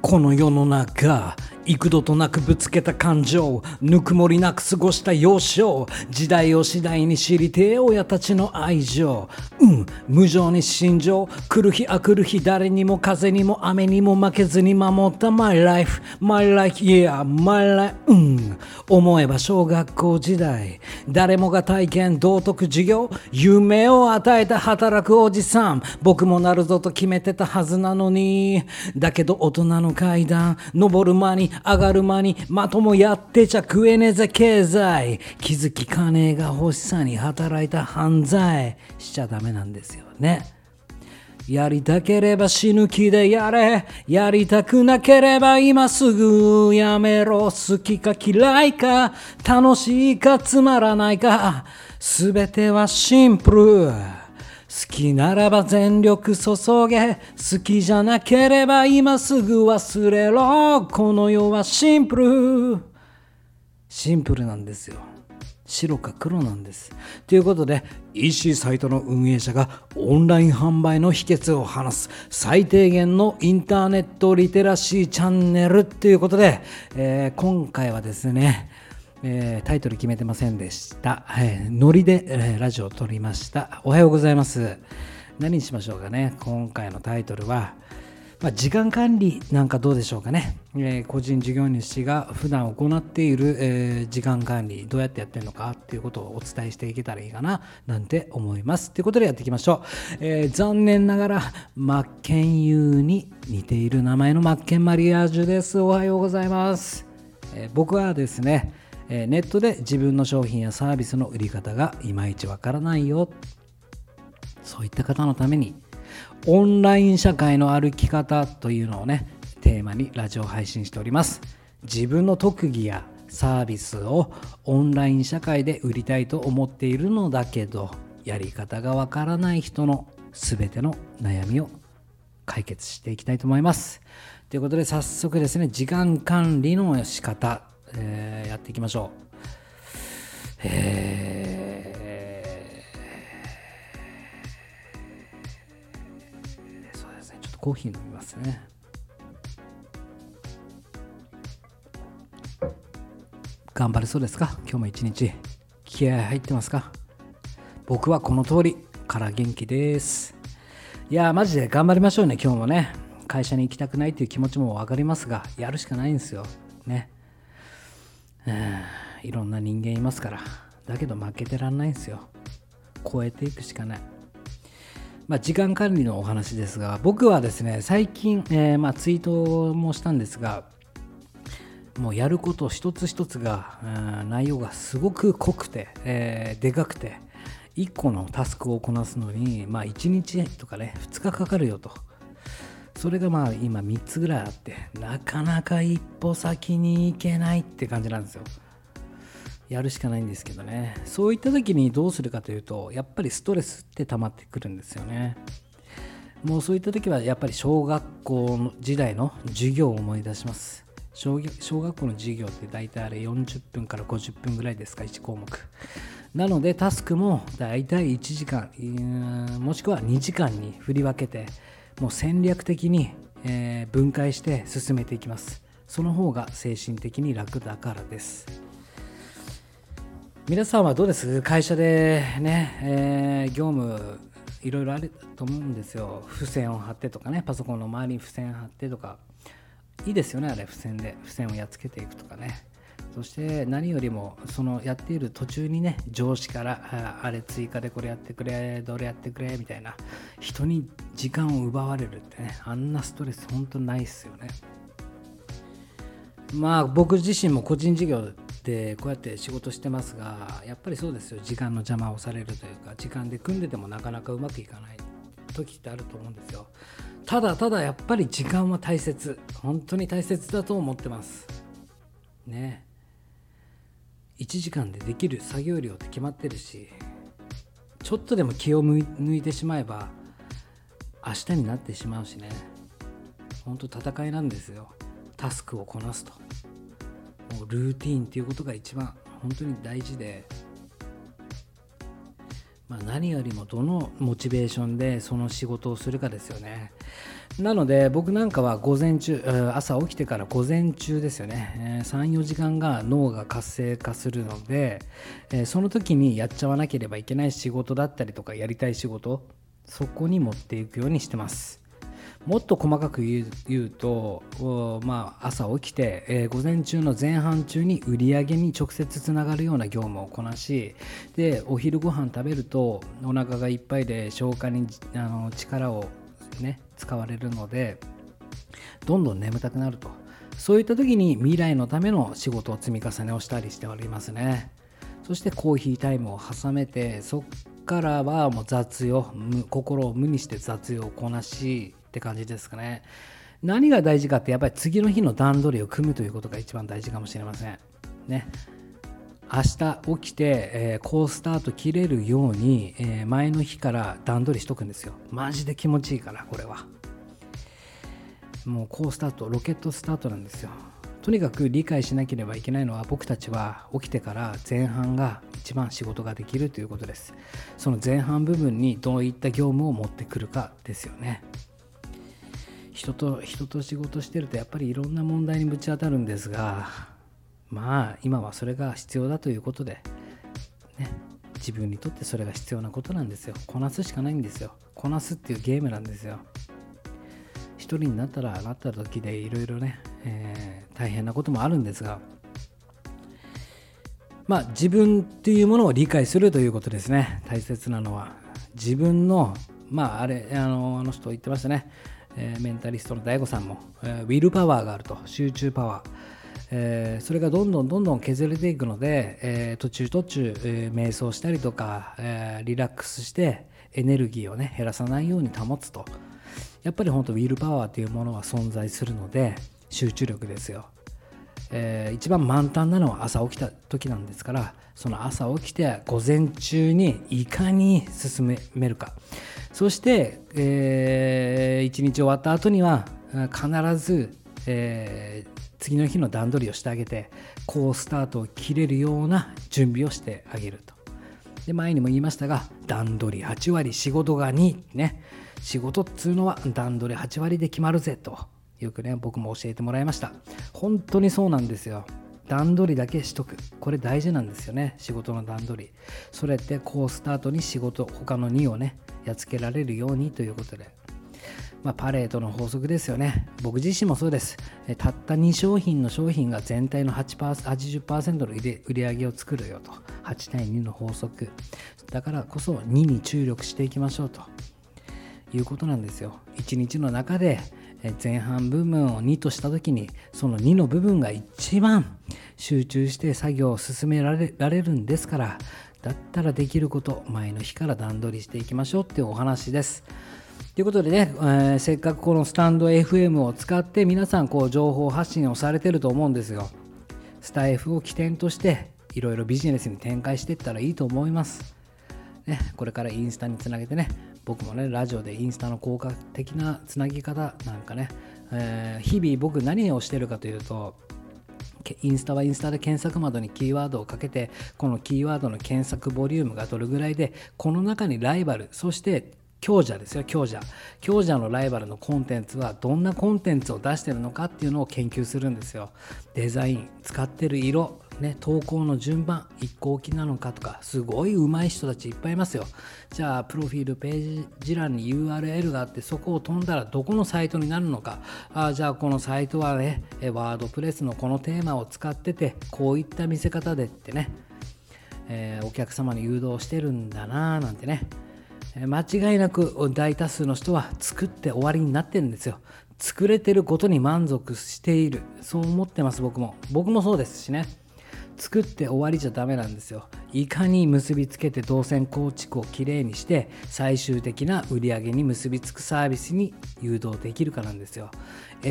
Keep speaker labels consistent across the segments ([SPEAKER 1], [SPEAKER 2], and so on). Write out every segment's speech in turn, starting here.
[SPEAKER 1] この世の中幾度となくぶつけた感情、ぬくもりなく過ごした幼少、時代を次第に知りてえ親たちの愛情、無情に心情、来る日あ来る日、誰にも風にも雨にも負けずに守った My life My life yeah My life 思えば小学校時代、誰もが体験道徳授業、夢を与えた働くおじさん、僕もなるぞと決めてたはずなのに、だけど大人の階段登る間に上がる間にまともやってちゃ食えねえぜ経済、気づき金が欲しさに働いた犯罪しちゃダメなんですよね。やりたければ死ぬ気でやれ、やりたくなければ今すぐやめろ、好きか嫌いか楽しいかつまらないか、すべてはシンプル、好きならば全力注げ、好きじゃなければ今すぐ忘れろ、この世はシンプル、シンプルなんですよ。白か黒なんです。ということで EC サイトの運営者がオンライン販売の秘訣を話す最低限のインターネットリテラシーチャンネルということで、今回はですね、タイトル決めてませんでした、ノリで、ラジオを撮りました。おはようございます。何にしましょうかね。今回のタイトルは、時間管理なんかどうでしょうかね。個人事業主が普段行っている、時間管理どうやってやってるのかっていうことをお伝えしていけたらいいかななんて思います。ということでやっていきましょう。残念ながらマッケンユーに似ている名前のマッケンマリアージュです。おはようございます。僕はですね、ネットで自分の商品やサービスの売り方がいまいちわからないよ、そういった方のためにオンライン社会の歩き方というのをねテーマにラジオ配信しております。自分の特技やサービスをオンライン社会で売りたいと思っているのだけど、やり方がわからない人のすべての悩みを解決していきたいと思います。ということで早速ですね、時間管理の仕方、やっていきましょう。そうですね、ちょっとコーヒー飲みますね。頑張れそうですか？今日も一日気合入ってますか？僕はこの通りから元気です。いやマジで頑張りましょうね。今日もね、会社に行きたくないという気持ちも分かりますが、やるしかないんですよね。いろんな人間いますから。だけど負けてらんないんですよ。超えていくしかない。時間管理のお話ですが、僕はですね最近、ツイートもしたんですが、もうやること一つ一つが、内容がすごく濃くて、でかくて、1個のタスクをこなすのに、1日とかね2日かかるよと。それが今3つぐらいあって、なかなか一歩先に行けないって感じなんですよ。やるしかないんですけどね。そういった時にどうするかというと、やっぱりストレスって溜まってくるんですよね。もうそういった時はやっぱり小学校の時代の授業を思い出します。小学校の授業って大体あれ40分から50分ぐらいですか、1項目。なのでタスクも大体1時間もしくは2時間に振り分けて、もう戦略的に、分解して進めていきます。その方が精神的に楽だからです。皆さんはどうです？会社でね、業務いろいろあると思うんですよ。付箋を貼ってとかね、パソコンの周りに付箋貼ってとか、いいですよね。あれ付箋をやっつけていくとかね。そして何よりもそのやっている途中にね、上司からあれ追加でこれやってくれ、どれやってくれみたいな、人に時間を奪われるってね、あんなストレス本当ないっすよね。僕自身も個人事業でこうやって仕事してますが、やっぱりそうですよ。時間の邪魔をされるというか、時間で組んでてもなかなかうまくいかない時ってあると思うんですよ。ただやっぱり時間は大切、本当に大切だと思ってますね。1時間でできる作業量って決まってるし、ちょっとでも気を抜いてしまえば明日になってしまうしね。本当戦いなんですよ。タスクをこなすと、もうルーティーンっていうことが一番本当に大事で、何よりもどのモチベーションでその仕事をするかですよね。 なので僕なんかは午前中、朝起きてから午前中ですよね、3、4時間が脳が活性化するので、その時にやっちゃわなければいけない仕事だったりとかやりたい仕事、そこに持っていくようにしてます。もっと細かく言うと、朝起きて、午前中の前半中に売り上げに直接つながるような業務をこなし、でお昼ご飯食べるとお腹がいっぱいで消化に力を使われるのでどんどん眠たくなると。そういった時に未来のための仕事を積み重ねをしたりしておりますね。そしてコーヒータイムを挟めて、そっからはもう雑用、心を無にして雑用をこなしって感じですかね。何が大事かってやっぱり次の日の段取りを組むということが一番大事かもしれませんね。明日起きて、好スタート切れるように、前の日から段取りしとくんですよ。マジで気持ちいいから、これはもう好スタート、ロケットスタートなんですよ。とにかく理解しなければいけないのは、僕たちは起きてから前半が一番仕事ができるということです。その前半部分にどういった業務を持ってくるかですよね。人と仕事してるとやっぱりいろんな問題にぶち当たるんですが、今はそれが必要だということで、自分にとってそれが必要なことなんですよ。こなすしかないんですよ。こなすっていうゲームなんですよ。一人になった時でいろいろ大変なこともあるんですが、自分っていうものを理解するということですね。大切なのは自分の、あの人言ってましたね、メンタリストの DAIGO さんも、ウィルパワーがあると、集中パワー、それがどんどん削れていくので、途中、瞑想したりとか、リラックスしてエネルギーを減らさないように保つと、やっぱり本当ウィルパワーというものは存在するので、集中力ですよ。一番満タンなのは朝起きた時なんですから、その朝起きて午前中にいかに進めるか、そして、一日終わった後には必ず、次の日の段取りをしてあげて、好スタートを切れるような準備をしてあげると。で、前にも言いましたが、段取り8割仕事が2ね。仕事っつうのは段取り8割で決まるぜとよく僕も教えてもらいました。本当にそうなんですよ。段取りだけしとく、これ大事なんですよね。仕事の段取り、それって好スタートに仕事他の2をやっつけられるようにということで、パレードの法則ですよね。僕自身もそうです。たった2商品の商品が全体の 80% の売り上げを作るよと。8対2の法則だからこそ2に注力していきましょうということなんですよ。1日の中で前半部分を2としたときに、その2の部分が一番集中して作業を進められるんですから、だったらできること前の日から段取りしていきましょうっていうお話です。ということでせっかくこのスタンド FM を使って皆さん情報発信をされてると思うんですよ。スタイフを起点としていろいろビジネスに展開していったらいいと思います。これからインスタにつなげて僕もラジオでインスタの効果的なつなぎ方なんか日々僕何をしてるかというと、インスタはインスタで検索窓にキーワードをかけて、このキーワードの検索ボリュームがどれぐらいで、この中にライバル、そして強者ですよ。強者のライバルのコンテンツはどんなコンテンツを出してるのかっていうのを研究するんですよ。デザイン、使ってる色投稿の順番、一個置きなのかとか、すごい上手い人たちいっぱいいますよ。じゃあプロフィールページ欄に URL があって、そこを飛んだらどこのサイトになるのか、じゃあこのサイトはワードプレスのこのテーマを使ってて、こういった見せ方でってお客様に誘導してるんだななんて間違いなく大多数の人は作って終わりになってるんですよ。作れてることに満足している、そう思ってます。僕もそうですし作って終わりじゃダメなんですよ。いかに結びつけて動線構築をきれいにして最終的な売り上げに結びつくサービスに誘導できるかなんですよ。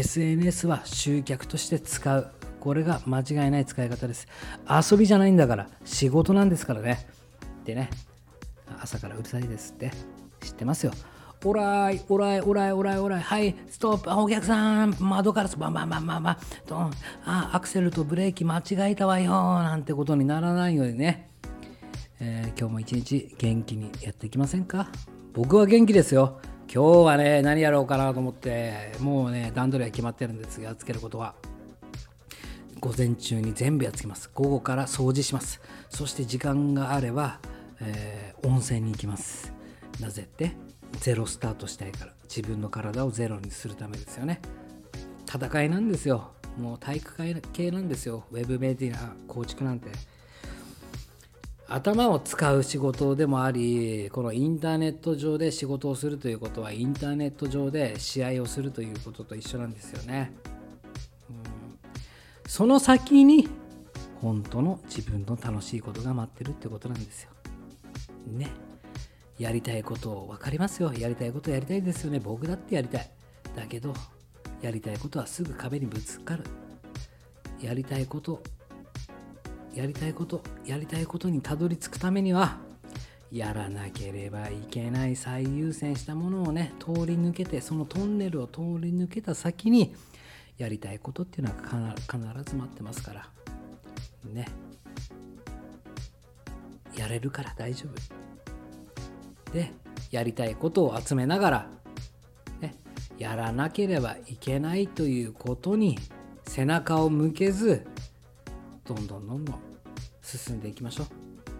[SPEAKER 1] SNS は集客として使う、これが間違いない使い方です。遊びじゃないんだから、仕事なんですからで朝からうるさいですって知ってますよ。オライ、はい、ストップ、お客さん、窓ガラスバンバンと、アクセルとブレーキ間違えたわよなんてことにならないように今日も一日元気にやっていきませんか。僕は元気ですよ。 今日はね何やろうかなと思って、もうね段取りは決まってるんですが、やっつけることは午前中に全部やっつけます。午後から掃除します。そして時間があれば、温泉に行きます。なぜってゼロスタートしたいから、自分の体をゼロにするためですよね。戦いなんですよ。もう体育会系なんですよ。ウェブメディア構築なんて頭を使う仕事でもあり、このインターネット上で仕事をするということはインターネット上で試合をするということと一緒なんですよね。その先に本当の自分の楽しいことが待ってるってことなんですよね。やりたいことを分かりますよ。やりたいことやりたいですよね。僕だってやりたい。だけどやりたいことはすぐ壁にぶつかる。やりたいことにたどり着くためには、やらなければいけない最優先したものをね通り抜けて、そのトンネルを通り抜けた先にやりたいことっていうのは必ず待ってますからね。やれるから大丈夫で、やりたいことを集めながら、ね、やらなければいけないということに背中を向けず、どんどん進んでいきましょう。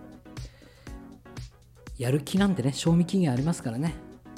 [SPEAKER 1] やる気なんてね賞味期限ありますからね。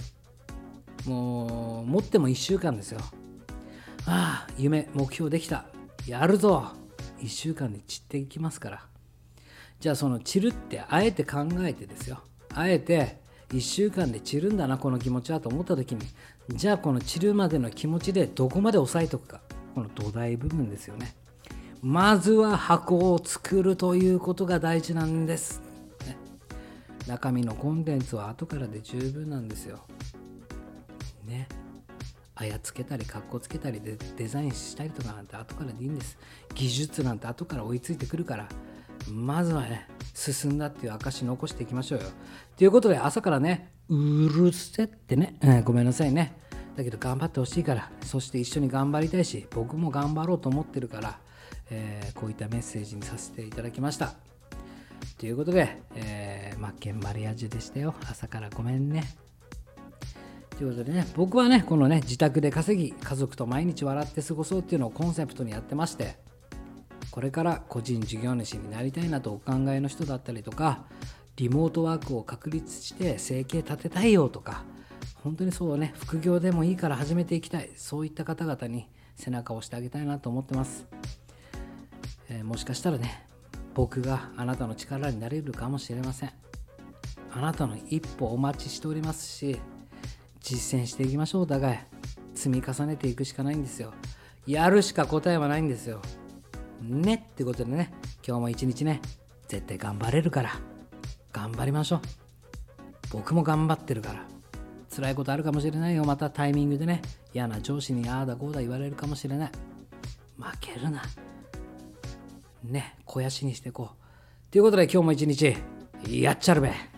[SPEAKER 1] もう持っても1週間ですよ。ああ夢目標できた、やるぞ、1週間で散っていきますから。じゃあその散るってあえて考えてですよ、あえて1週間で散るんだなこの気持ちはと思った時に、じゃあこの散るまでの気持ちでどこまで抑えとくか、この土台部分ですよね。まずは箱を作るということが大事なんです、ね、中身のコンテンツは後からで十分なんですよね。あやつけたりカッコつけたりでデザインしたりとかなんて後からでいいんです。技術なんて後から追いついてくるから、まずはね進んだっていう証残していきましょうよ。ということで朝からねうるせってね、ごめんなさいね。だけど頑張ってほしいから、そして一緒に頑張りたいし、僕も頑張ろうと思ってるから、こういったメッセージにさせていただきました。ということで、マッケンマリアージュでしたよ。朝からごめんね。ということでね、僕はねこのね自宅で稼ぎ、家族と毎日笑って過ごそうっていうのをコンセプトにやってまして、これから個人事業主になりたいなとお考えの人だったりとか、リモートワークを確立して生計立てたいよとか、本当にそうね副業でもいいから始めていきたい、そういった方々に背中を押してあげたいなと思ってます。もしかしたらね僕があなたの力になれるかもしれません。あなたの一歩お待ちしておりますし、実践していきましょう。お互い積み重ねていくしかないんですよ。やるしか答えはないんですよね。ってことでね、今日も一日ね絶対頑張れるから頑張りましょう。僕も頑張ってるから。辛いことあるかもしれないよ。またタイミングでね嫌な上司にああだこうだ言われるかもしれない。負けるなね、肥やしにしていこうということで、今日も一日やっちゃるべ。